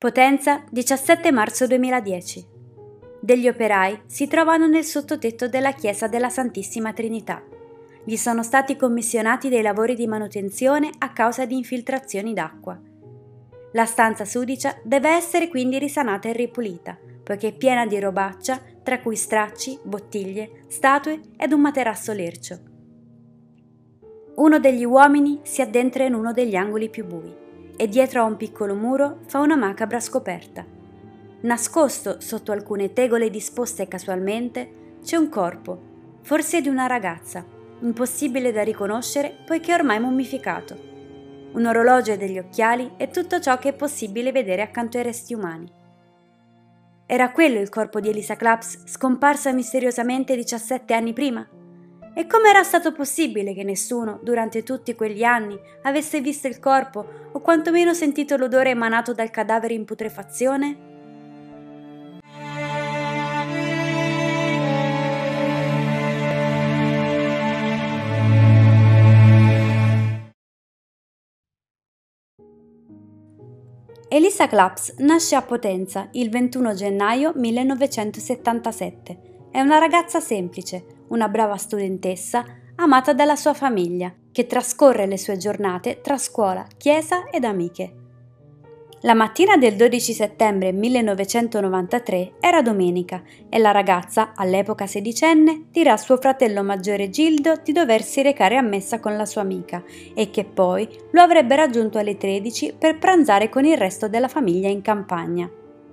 Potenza, 17 marzo 2010. Degli operai si trovano nel sottotetto della chiesa della Santissima Trinità. Gli sono stati commissionati dei lavori di manutenzione a causa di infiltrazioni d'acqua. La stanza sudicia deve essere quindi risanata e ripulita, poiché è piena di robaccia, tra cui stracci, bottiglie, statue ed un materasso lercio. Uno degli uomini si addentra in uno degli angoli più bui e dietro a un piccolo muro fa una macabra scoperta. Nascosto sotto alcune tegole disposte casualmente c'è un corpo, forse di una ragazza, impossibile da riconoscere poiché ormai mummificato. Un orologio e degli occhiali è tutto ciò che è possibile vedere accanto ai resti umani. Era quello il corpo di Elisa Claps, scomparsa misteriosamente 17 anni prima? E come era stato possibile che nessuno, durante tutti quegli anni, avesse visto il corpo o quantomeno sentito l'odore emanato dal cadavere in putrefazione? Elisa Claps nasce a Potenza il 21 gennaio 1977. È una ragazza semplice, una brava studentessa, amata dalla sua famiglia, che trascorre le sue giornate tra scuola, chiesa ed amiche. La mattina del 12 settembre 1993 era domenica e la ragazza, all'epoca sedicenne, dirà a suo fratello maggiore Gildo di doversi recare a messa con la sua amica e che poi lo avrebbe raggiunto alle 13 per pranzare con il resto della famiglia in campagna.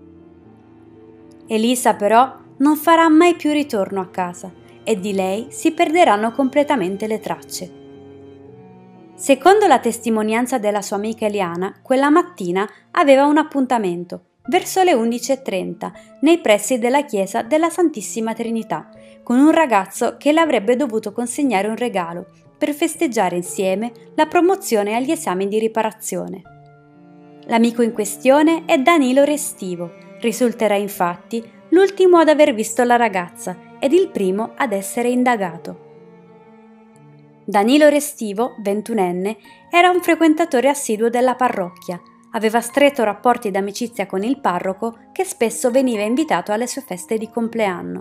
Elisa però non farà mai più ritorno a casa e di lei si perderanno completamente le tracce. Secondo la testimonianza della sua amica Eliana, quella mattina aveva un appuntamento, verso le 11:30, nei pressi della chiesa della Santissima Trinità, con un ragazzo che le avrebbe dovuto consegnare un regalo per festeggiare insieme la promozione agli esami di riparazione. L'amico in questione è Danilo Restivo, risulterà infatti l'ultimo ad aver visto la ragazza ed il primo ad essere indagato. Danilo Restivo, 21enne, era un frequentatore assiduo della parrocchia. Aveva stretto rapporti d'amicizia con il parroco che spesso veniva invitato alle sue feste di compleanno.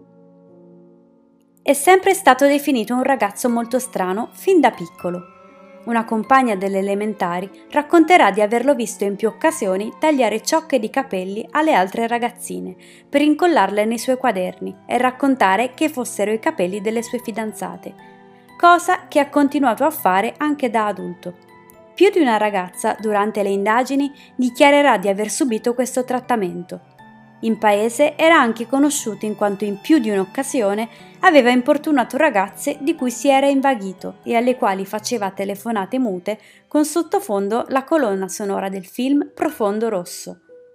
È sempre stato definito un ragazzo molto strano fin da piccolo. Una compagna delle elementari racconterà di averlo visto in più occasioni tagliare ciocche di capelli alle altre ragazzine per incollarle nei suoi quaderni e raccontare che fossero i capelli delle sue fidanzate, cosa che ha continuato a fare anche da adulto. Più di una ragazza, durante le indagini, dichiarerà di aver subito questo trattamento. In paese era anche conosciuto in quanto in più di un'occasione aveva importunato ragazze di cui si era invaghito e alle quali faceva telefonate mute con sottofondo la colonna sonora del film Profondo Rosso.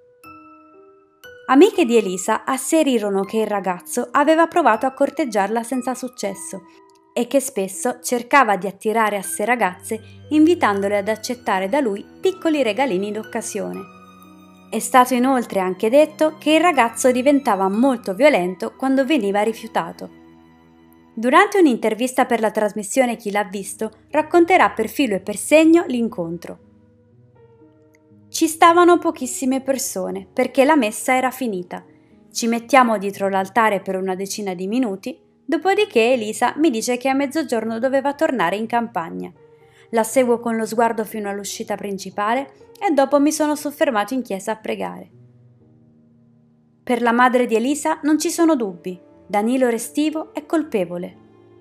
Amiche di Elisa asserirono che il ragazzo aveva provato a corteggiarla senza successo e che spesso cercava di attirare a sé ragazze invitandole ad accettare da lui piccoli regalini d'occasione. È stato inoltre anche detto che il ragazzo diventava molto violento quando veniva rifiutato. Durante un'intervista per la trasmissione Chi l'ha visto, racconterà per filo e per segno l'incontro. Ci stavano pochissime persone perché la messa era finita. Ci mettiamo dietro l'altare per una decina di minuti. Dopodiché Elisa mi dice che a mezzogiorno doveva tornare in campagna. La seguo con lo sguardo fino all'uscita principale e dopo mi sono soffermato in chiesa a pregare. Per la madre di Elisa non ci sono dubbi, Danilo Restivo è colpevole.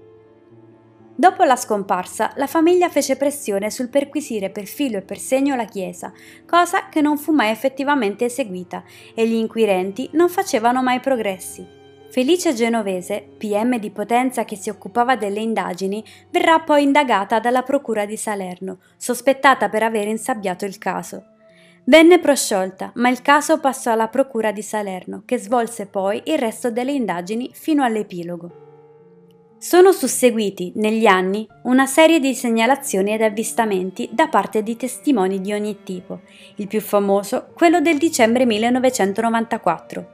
Dopo la scomparsa, la famiglia fece pressione sul perquisire per filo e per segno la chiesa, cosa che non fu mai effettivamente eseguita e gli inquirenti non facevano mai progressi. Felice Genovese, PM di Potenza che si occupava delle indagini, verrà poi indagata dalla Procura di Salerno, sospettata per aver insabbiato il caso. Venne prosciolta, ma il caso passò alla Procura di Salerno, che svolse poi il resto delle indagini fino all'epilogo. Sono susseguiti, negli anni, una serie di segnalazioni ed avvistamenti da parte di testimoni di ogni tipo, il più famoso quello del dicembre 1994.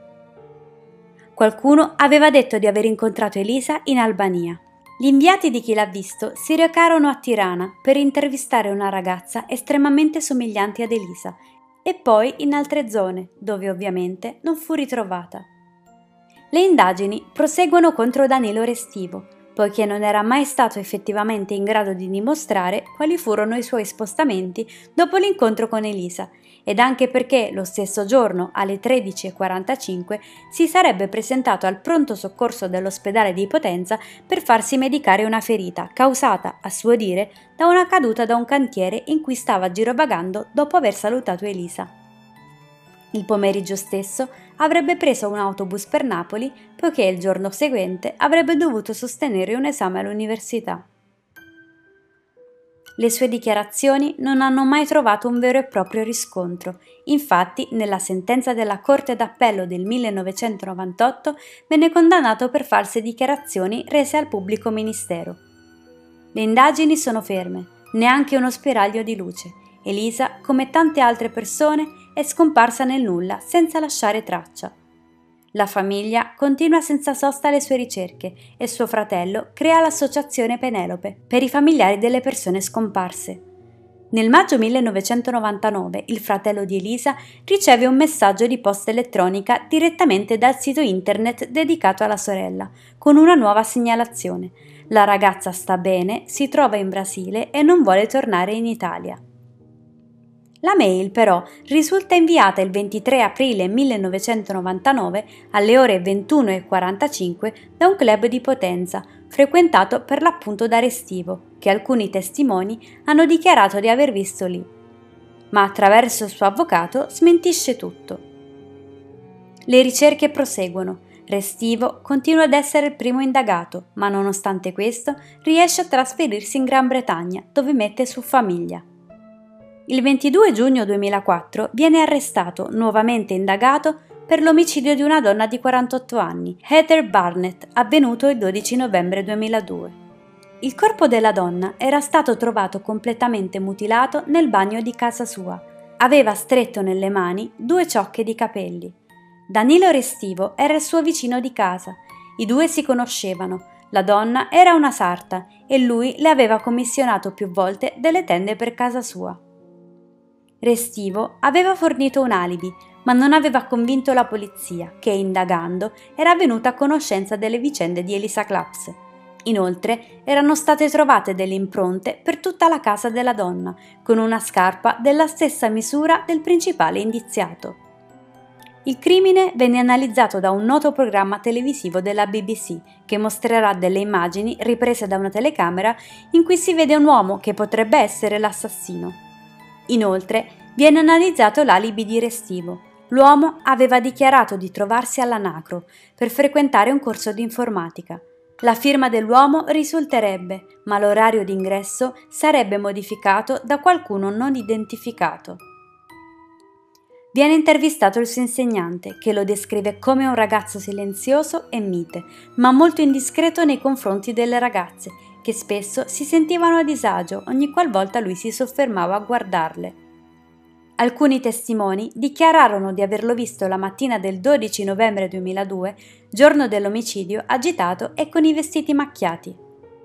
Qualcuno aveva detto di aver incontrato Elisa in Albania. Gli inviati di Chi l'ha visto si recarono a Tirana per intervistare una ragazza estremamente somigliante ad Elisa e poi in altre zone, dove ovviamente non fu ritrovata. Le indagini proseguono contro Danilo Restivo, poiché non era mai stato effettivamente in grado di dimostrare quali furono i suoi spostamenti dopo l'incontro con Elisa, ed anche perché lo stesso giorno alle 13:45 si sarebbe presentato al pronto soccorso dell'ospedale di Potenza per farsi medicare una ferita causata, a suo dire, da una caduta da un cantiere in cui stava girovagando dopo aver salutato Elisa. Il pomeriggio stesso avrebbe preso un autobus per Napoli, poiché il giorno seguente avrebbe dovuto sostenere un esame all'università. Le sue dichiarazioni non hanno mai trovato un vero e proprio riscontro, infatti nella sentenza della Corte d'Appello del 1998 venne condannato per false dichiarazioni rese al pubblico ministero. Le indagini sono ferme, neanche uno spiraglio di luce. Elisa, come tante altre persone, è scomparsa nel nulla senza lasciare traccia. La famiglia continua senza sosta le sue ricerche e suo fratello crea l'associazione Penelope per i familiari delle persone scomparse. Nel maggio 1999 il fratello di Elisa riceve un messaggio di posta elettronica direttamente dal sito internet dedicato alla sorella, con una nuova segnalazione. La ragazza sta bene, si trova in Brasile e non vuole tornare in Italia. La mail però risulta inviata il 23 aprile 1999 alle ore 21:45 da un club di Potenza, frequentato per l'appunto da Restivo, che alcuni testimoni hanno dichiarato di aver visto lì. Ma attraverso il suo avvocato smentisce tutto. Le ricerche proseguono. Restivo continua ad essere il primo indagato, ma nonostante questo riesce a trasferirsi in Gran Bretagna, dove mette su famiglia. Il 22 giugno 2004 viene arrestato, nuovamente indagato, per l'omicidio di una donna di 48 anni, Heather Barnett, avvenuto il 12 novembre 2002. Il corpo della donna era stato trovato completamente mutilato nel bagno di casa sua. Aveva stretto nelle mani 2 ciocche di capelli. Danilo Restivo era il suo vicino di casa. I due si conoscevano. La donna era una sarta e lui le aveva commissionato più volte delle tende per casa sua. Restivo aveva fornito un alibi, ma non aveva convinto la polizia, che indagando era venuta a conoscenza delle vicende di Elisa Claps. Inoltre erano state trovate delle impronte per tutta la casa della donna, con una scarpa della stessa misura del principale indiziato. Il crimine venne analizzato da un noto programma televisivo della BBC, che mostrerà delle immagini riprese da una telecamera in cui si vede un uomo che potrebbe essere l'assassino. Inoltre viene analizzato l'alibi di Restivo. L'uomo aveva dichiarato di trovarsi all'Anacro per frequentare un corso di informatica. La firma dell'uomo risulterebbe, ma l'orario d'ingresso sarebbe modificato da qualcuno non identificato. Viene intervistato il suo insegnante, che lo descrive come un ragazzo silenzioso e mite, ma molto indiscreto nei confronti delle ragazze, che spesso si sentivano a disagio ogni qualvolta lui si soffermava a guardarle. Alcuni testimoni dichiararono di averlo visto la mattina del 12 novembre 2002, giorno dell'omicidio, agitato e con i vestiti macchiati.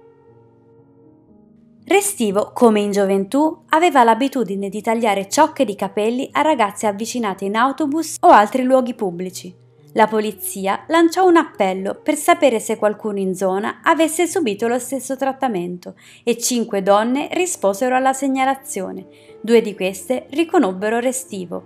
Restivo, come in gioventù, aveva l'abitudine di tagliare ciocche di capelli a ragazze avvicinate in autobus o altri luoghi pubblici. La polizia lanciò un appello per sapere se qualcuno in zona avesse subito lo stesso trattamento e 5 donne risposero alla segnalazione. 2 di queste riconobbero Restivo.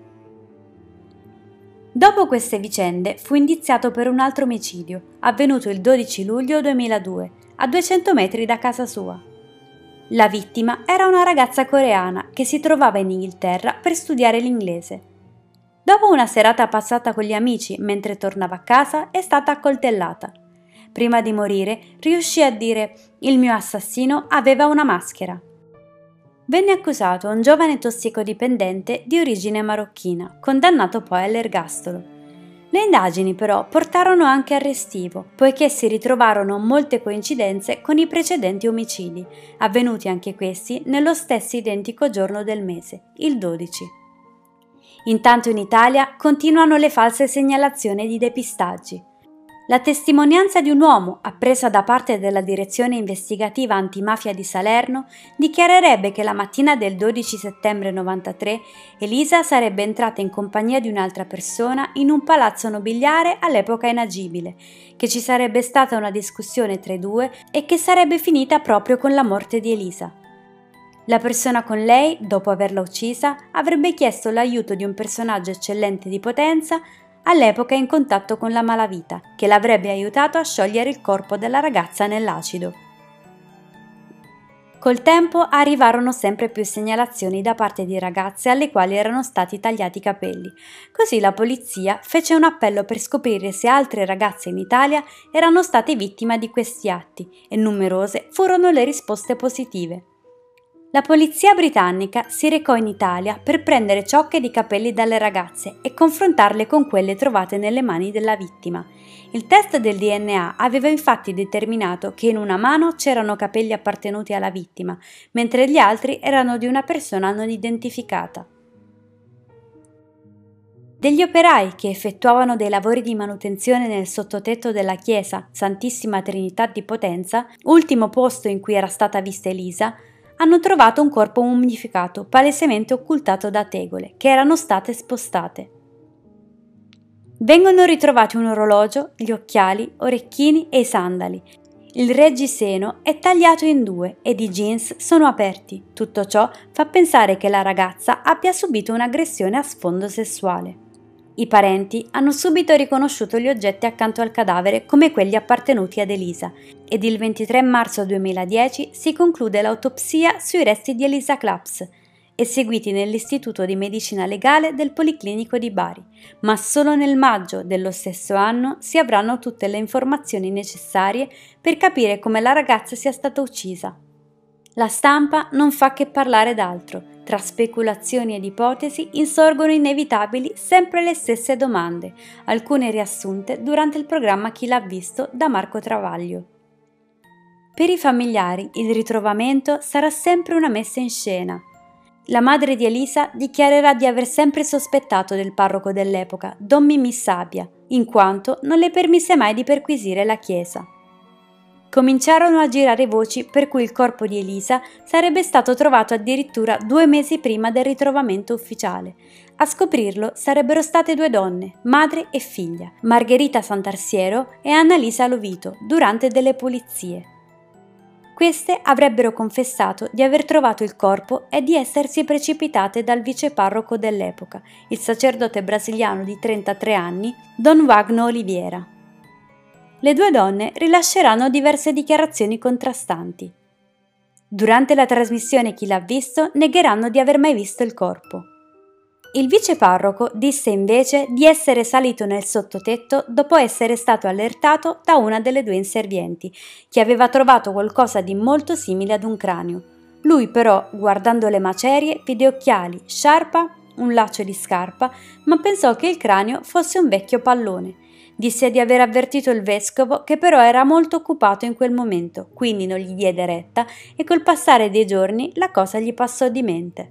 Dopo queste vicende fu indiziato per un altro omicidio, avvenuto il 12 luglio 2002, a 200 metri da casa sua. La vittima era una ragazza coreana che si trovava in Inghilterra per studiare l'inglese. Dopo una serata passata con gli amici mentre tornava a casa è stata accoltellata. Prima di morire riuscì a dire «Il mio assassino aveva una maschera». Venne accusato un giovane tossicodipendente di origine marocchina, condannato poi all'ergastolo. Le indagini però portarono anche a Restivo, poiché si ritrovarono molte coincidenze con i precedenti omicidi, avvenuti anche questi nello stesso identico giorno del mese, il 12. Intanto in Italia continuano le false segnalazioni di depistaggi. La testimonianza di un uomo, appresa da parte della Direzione Investigativa Antimafia di Salerno, dichiarerebbe che la mattina del 12 settembre 93 Elisa sarebbe entrata in compagnia di un'altra persona in un palazzo nobiliare all'epoca inagibile, che ci sarebbe stata una discussione tra i due e che sarebbe finita proprio con la morte di Elisa. La persona con lei, dopo averla uccisa, avrebbe chiesto l'aiuto di un personaggio eccellente di potenza, all'epoca in contatto con la malavita, che l'avrebbe aiutato a sciogliere il corpo della ragazza nell'acido. Col tempo arrivarono sempre più segnalazioni da parte di ragazze alle quali erano stati tagliati i capelli. Così la polizia fece un appello per scoprire se altre ragazze in Italia erano state vittime di questi atti, e numerose furono le risposte positive. La polizia britannica si recò in Italia per prendere ciocche di capelli dalle ragazze e confrontarle con quelle trovate nelle mani della vittima. Il test del DNA aveva infatti determinato che in una mano c'erano capelli appartenuti alla vittima, mentre gli altri erano di una persona non identificata. Degli operai che effettuavano dei lavori di manutenzione nel sottotetto della chiesa Santissima Trinità di Potenza, ultimo posto in cui era stata vista Elisa, hanno trovato un corpo mummificato, palesemente occultato da tegole, che erano state spostate. Vengono ritrovati un orologio, gli occhiali, orecchini e i sandali. Il reggiseno è tagliato in due ed i jeans sono aperti. Tutto ciò fa pensare che la ragazza abbia subito un'aggressione a sfondo sessuale. I parenti hanno subito riconosciuto gli oggetti accanto al cadavere come quelli appartenuti ad Elisa ed il 23 marzo 2010 si conclude l'autopsia sui resti di Elisa Claps, eseguiti nell'Istituto di Medicina Legale del Policlinico di Bari, ma solo nel maggio dello stesso anno si avranno tutte le informazioni necessarie per capire come la ragazza sia stata uccisa. La stampa non fa che parlare d'altro. Tra speculazioni ed ipotesi insorgono inevitabili sempre le stesse domande, alcune riassunte durante il programma Chi l'ha visto da Marco Travaglio. Per i familiari il ritrovamento sarà sempre una messa in scena. La madre di Elisa dichiarerà di aver sempre sospettato del parroco dell'epoca, Don Mimì Sabia, in quanto non le permise mai di perquisire la chiesa. Cominciarono a girare voci per cui il corpo di Elisa sarebbe stato trovato addirittura 2 mesi prima del ritrovamento ufficiale. A scoprirlo sarebbero state 2 donne, madre e figlia, Margherita Santarsiero e Annalisa Lovito, durante delle pulizie. Queste avrebbero confessato di aver trovato il corpo e di essersi precipitate dal viceparroco dell'epoca, il sacerdote brasiliano di 33 anni, Don Wagner Oliveira. Le 2 donne rilasceranno diverse dichiarazioni contrastanti. Durante la trasmissione Chi l'ha visto negheranno di aver mai visto il corpo. Il viceparroco disse invece di essere salito nel sottotetto dopo essere stato allertato da una delle 2 inservienti, che aveva trovato qualcosa di molto simile ad un cranio. Lui però, guardando le macerie, vide occhiali, sciarpa, un laccio di scarpa, ma pensò che il cranio fosse un vecchio pallone. Disse di aver avvertito il vescovo, che però era molto occupato in quel momento, quindi non gli diede retta e col passare dei giorni la cosa gli passò di mente.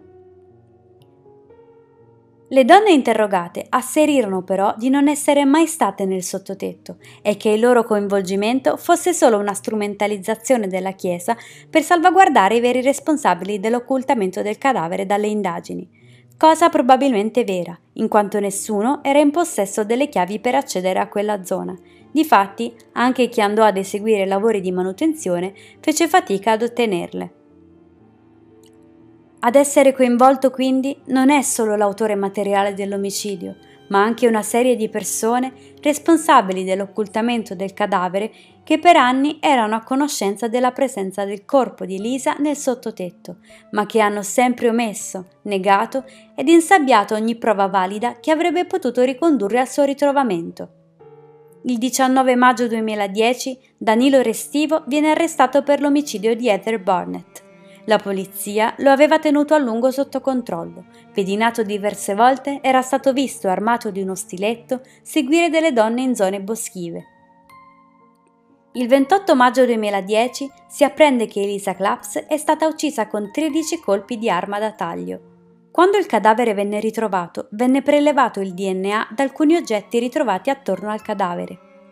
Le donne interrogate asserirono però di non essere mai state nel sottotetto e che il loro coinvolgimento fosse solo una strumentalizzazione della Chiesa per salvaguardare i veri responsabili dell'occultamento del cadavere dalle indagini. Cosa probabilmente vera, in quanto nessuno era in possesso delle chiavi per accedere a quella zona. Difatti, anche chi andò ad eseguire lavori di manutenzione fece fatica ad ottenerle. Ad essere coinvolto quindi non è solo l'autore materiale dell'omicidio, ma anche una serie di persone responsabili dell'occultamento del cadavere che per anni erano a conoscenza della presenza del corpo di Elisa nel sottotetto, ma che hanno sempre omesso, negato ed insabbiato ogni prova valida che avrebbe potuto ricondurre al suo ritrovamento. Il 19 maggio 2010 Danilo Restivo viene arrestato per l'omicidio di Heather Barnett. La polizia lo aveva tenuto a lungo sotto controllo. Pedinato diverse volte, era stato visto armato di uno stiletto seguire delle donne in zone boschive. Il 28 maggio 2010 si apprende che Elisa Claps è stata uccisa con 13 colpi di arma da taglio. Quando il cadavere venne ritrovato, venne prelevato il DNA da alcuni oggetti ritrovati attorno al cadavere.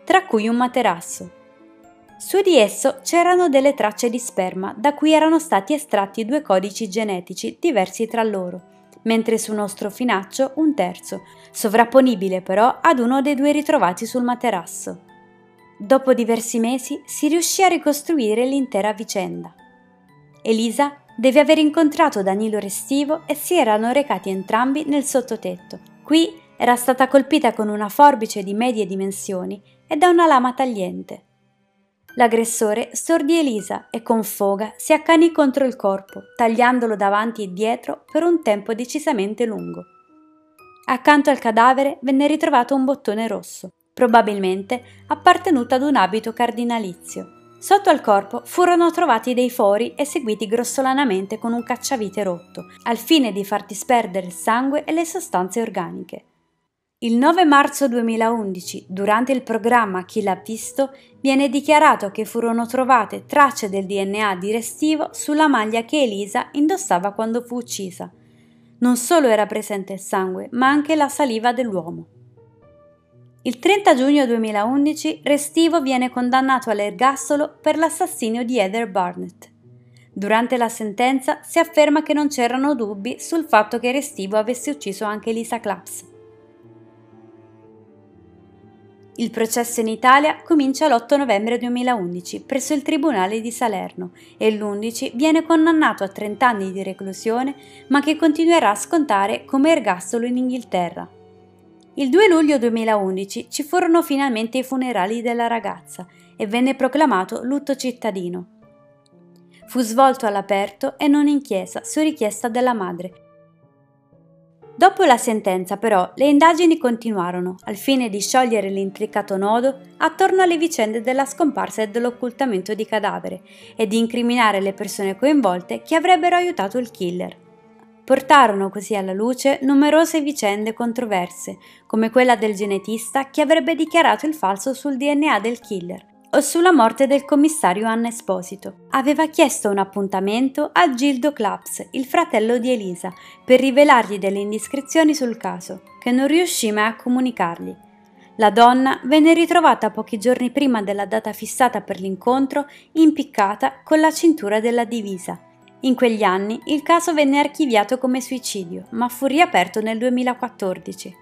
tra cui un materasso. Su di esso c'erano delle tracce di sperma da cui erano stati estratti 2 codici genetici diversi tra loro, mentre su uno strofinaccio un terzo, sovrapponibile però ad uno dei 2 ritrovati sul materasso. Dopo diversi mesi si riuscì a ricostruire l'intera vicenda. Elisa deve aver incontrato Danilo Restivo e si erano recati entrambi nel sottotetto. Qui era stata colpita con una forbice di medie dimensioni e da una lama tagliente. L'aggressore stordì Elisa e con foga si accanì contro il corpo, tagliandolo davanti e dietro per un tempo decisamente lungo. Accanto al cadavere venne ritrovato un bottone rosso, probabilmente appartenuto ad un abito cardinalizio. Sotto al corpo furono trovati dei fori eseguiti grossolanamente con un cacciavite rotto, al fine di far disperdere il sangue e le sostanze organiche. Il 9 marzo 2011, durante il programma Chi l'ha visto, viene dichiarato che furono trovate tracce del DNA di Restivo sulla maglia che Elisa indossava quando fu uccisa. Non solo era presente il sangue, ma anche la saliva dell'uomo. Il 30 giugno 2011 Restivo viene condannato all'ergastolo per l'assassinio di Heather Barnett. Durante la sentenza si afferma che non c'erano dubbi sul fatto che Restivo avesse ucciso anche Elisa Claps. Il processo in Italia comincia l'8 novembre 2011 presso il Tribunale di Salerno e l'11 viene condannato a 30 anni di reclusione, ma che continuerà a scontare come ergastolo in Inghilterra. Il 2 luglio 2011 ci furono finalmente i funerali della ragazza e venne proclamato lutto cittadino. Fu svolto all'aperto e non in chiesa su richiesta della madre. Dopo la sentenza, però, le indagini continuarono al fine di sciogliere l'intricato nodo attorno alle vicende della scomparsa e dell'occultamento di cadavere e di incriminare le persone coinvolte che avrebbero aiutato il killer. Portarono così alla luce numerose vicende controverse, come quella del genetista che avrebbe dichiarato il falso sul DNA del killer, o sulla morte del commissario Anna Esposito. Aveva chiesto un appuntamento a Gildo Claps, il fratello di Elisa, per rivelargli delle indiscrezioni sul caso, che non riuscì mai a comunicargli. La donna venne ritrovata pochi giorni prima della data fissata per l'incontro, impiccata con la cintura della divisa. In quegli anni il caso venne archiviato come suicidio, ma fu riaperto nel 2014.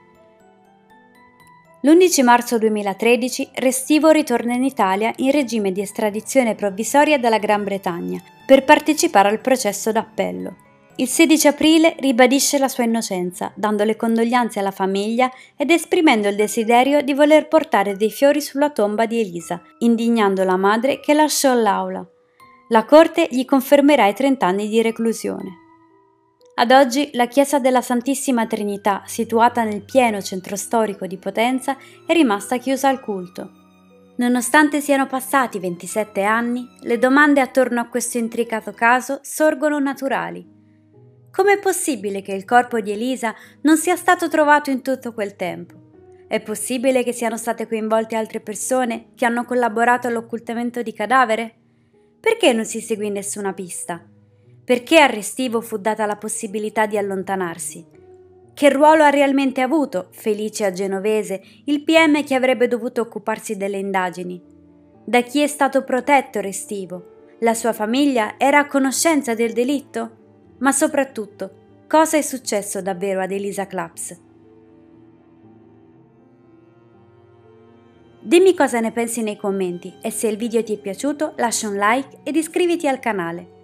L'11 marzo 2013 Restivo ritorna in Italia in regime di estradizione provvisoria dalla Gran Bretagna per partecipare al processo d'appello. Il 16 aprile ribadisce la sua innocenza, dando le condoglianze alla famiglia ed esprimendo il desiderio di voler portare dei fiori sulla tomba di Elisa, indignando la madre che lasciò l'aula. La Corte gli confermerà i 30 anni di reclusione. Ad oggi la chiesa della Santissima Trinità, situata nel pieno centro storico di Potenza, è rimasta chiusa al culto. Nonostante siano passati 27 anni, le domande attorno a questo intricato caso sorgono naturali. Com'è possibile che il corpo di Elisa non sia stato trovato in tutto quel tempo? È possibile che siano state coinvolte altre persone che hanno collaborato all'occultamento di cadavere? Perché non si seguì nessuna pista? Perché a Restivo fu data la possibilità di allontanarsi? Che ruolo ha realmente avuto, felice a Genovese, il PM che avrebbe dovuto occuparsi delle indagini? Da chi è stato protetto Restivo? La sua famiglia era a conoscenza del delitto? Ma soprattutto, cosa è successo davvero ad Elisa Claps? Dimmi cosa ne pensi nei commenti e se il video ti è piaciuto lascia un like ed iscriviti al canale.